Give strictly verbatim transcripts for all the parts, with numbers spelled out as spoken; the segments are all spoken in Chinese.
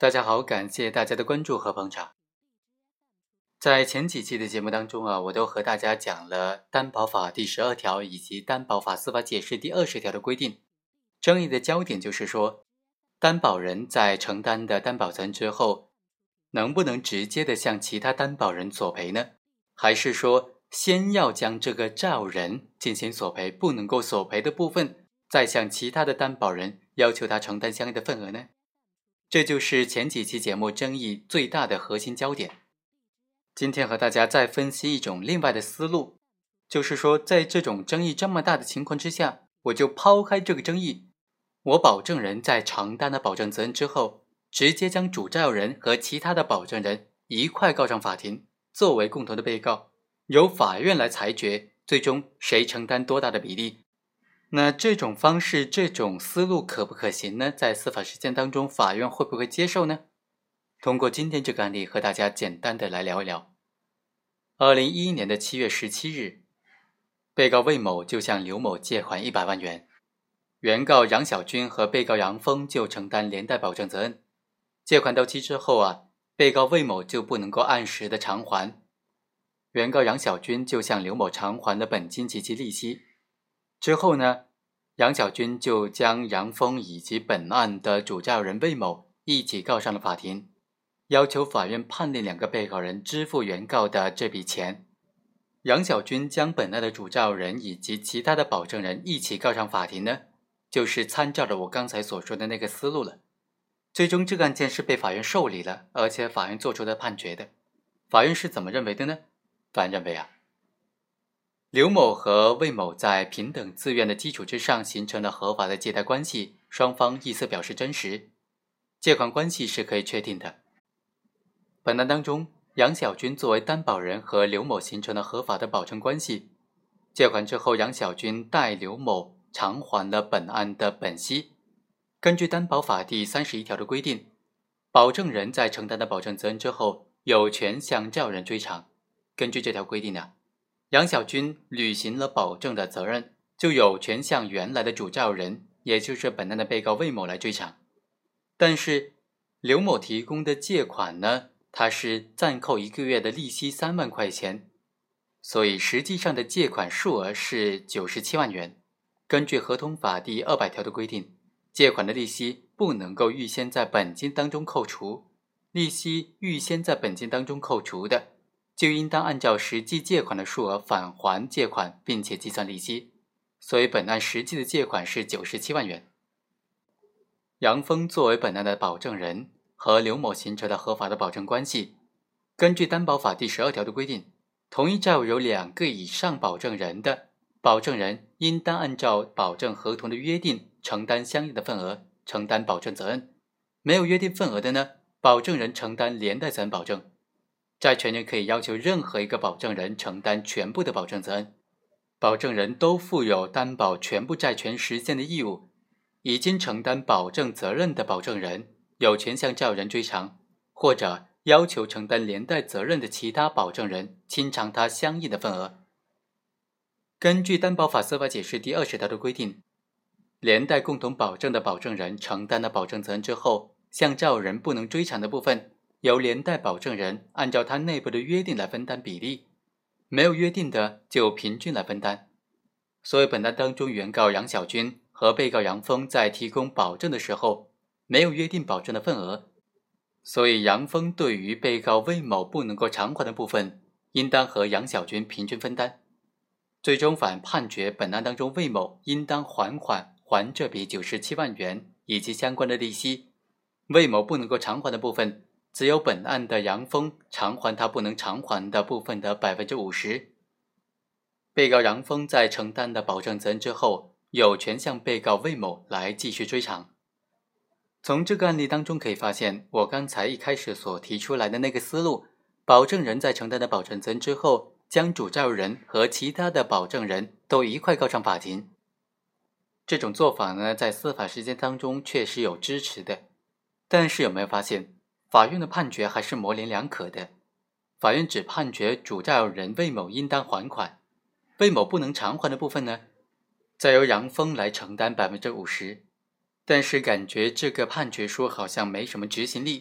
大家好，感谢大家的关注和捧场。在前几期的节目当中啊，我都和大家讲了担保法第十二条以及担保法司法解释第二十条的规定。争议的焦点就是说，担保人在承担的担保责任之后，能不能直接的向其他担保人索赔呢？还是说先要将这个债人进行索赔，不能够索赔的部分，再向其他的担保人要求他承担相应的份额呢？这就是前几期节目争议最大的核心焦点。今天和大家再分析一种另外的思路，就是说在这种争议这么大的情况之下，我就抛开这个争议，我保证人在承担了保证责任之后，直接将主债人和其他的保证人一块告上法庭，作为共同的被告，由法院来裁决最终谁承担多大的比例。那这种方式，这种思路可不可行呢？在司法实践当中，法院会不会接受呢？通过今天这个案例和大家简单的来聊一聊。二零一一年的七月十七日，被告魏某就向刘某借款一百万元，原告杨小军和被告杨峰就承担连带保证责任。借款到期之后啊，被告魏某就不能够按时的偿还，原告杨小军就向刘某偿还了本金及其利息。之后呢，杨小军就将杨峰以及本案的主债人魏某一起告上了法庭，要求法院判令两个被告人支付原告的这笔钱。杨小军将本案的主债人以及其他的保证人一起告上法庭呢，就是参照了我刚才所说的那个思路了。最终这个案件是被法院受理了，而且法院做出了判决的。法院是怎么认为的呢？法院认为啊，刘某和魏某在平等自愿的基础之上形成了合法的借贷关系，双方意思表示真实，借款关系是可以确定的。本案当中，杨小军作为担保人和刘某形成了合法的保证关系。借款之后，杨小军代刘某偿还了本案的本息。根据担保法第三十一条的规定，保证人在承担了保证责任之后，有权向债人追偿。根据这条规定呢，杨小军履行了保证的责任，就有权向原来的主债人，也就是本案的被告魏某来追偿。但是刘某提供的借款呢，他是暂扣一个月的利息三万块钱，所以实际上的借款数额是九十七万元。根据合同法第二百条的规定，借款的利息不能够预先在本金当中扣除，利息预先在本金当中扣除的，就应当按照实际借款的数额返还借款，并且计算利息。所以本案实际的借款是九十七万元。杨峰作为本案的保证人，和刘某形成了合法的保证关系。根据担保法第十二条的规定，同一债务有两个以上保证人的，保证人应当按照保证合同的约定承担相应的份额，承担保证责任。没有约定份额的呢，保证人承担连带责任保证。债权人可以要求任何一个保证人承担全部的保证责任。保证人都负有担保全部债权实现的义务。已经承担保证责任的保证人有权向债人追偿，或者要求承担连带责任的其他保证人清偿他相应的份额。根据担保法司法解释第二十条的规定，连带共同保证的保证人承担了保证责任之后，向债人不能追偿的部分，由连带保证人按照他内部的约定来分担比例，没有约定的就平均来分担。所以本案当中，原告杨小军和被告杨峰在提供保证的时候，没有约定保证的份额，所以杨峰对于被告魏某不能够偿还的部分，应当和杨小军平均分担。最终法院判决本案当中魏某应当还款还这笔九十七万元以及相关的利息，魏某不能够偿还的部分，只有本案的杨峰偿还他不能偿还的部分的 百分之五十。被告杨峰在承担了保证责任之后，有权向被告魏某来继续追偿。从这个案例当中可以发现，我刚才一开始所提出来的那个思路，保证人在承担了保证责任之后，将主债人和其他的保证人都一块告上法庭。这种做法呢，在司法实践当中确实有支持的，但是有没有发现，法院的判决还是模棱两可的。法院只判决主债人魏某应当还款，魏某不能偿还的部分呢，再由杨峰来承担 百分之五十。 但是感觉这个判决书好像没什么执行力，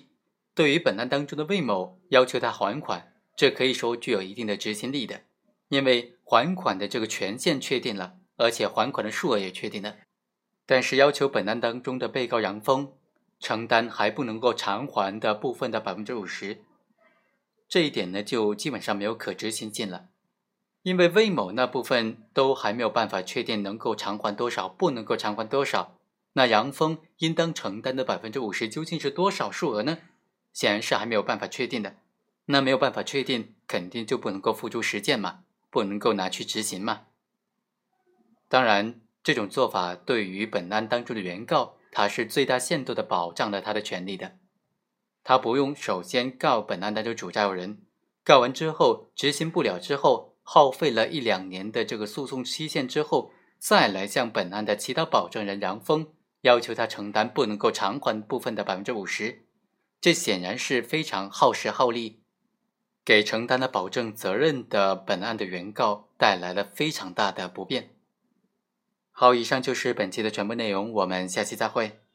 对于本案当中的魏某要求他还款，这可以说具有一定的执行力的，因为还款的这个权限确定了，而且还款的数额也确定了。但是要求本案当中的被告杨峰承担还不能够偿还的部分的 百分之五十， 这一点呢就基本上没有可执行性了。因为魏某那部分都还没有办法确定能够偿还多少，不能够偿还多少，那杨峰应当承担的 百分之五十 究竟是多少数额呢？显然是还没有办法确定的。那没有办法确定，肯定就不能够付诸实践嘛，不能够拿去执行嘛。当然，这种做法对于本案当中的原告，他是最大限度的保障了他的权利的。他不用首先告本案当中主债务人，告完之后执行不了之后，耗费了一两年的这个诉讼期限之后，再来向本案的其他保证人杨峰要求他承担不能够偿还部分的 百分之五十， 这显然是非常耗时耗力，给承担了保证责任的本案的原告带来了非常大的不便。好，以上就是本期的全部内容，我们下期再会。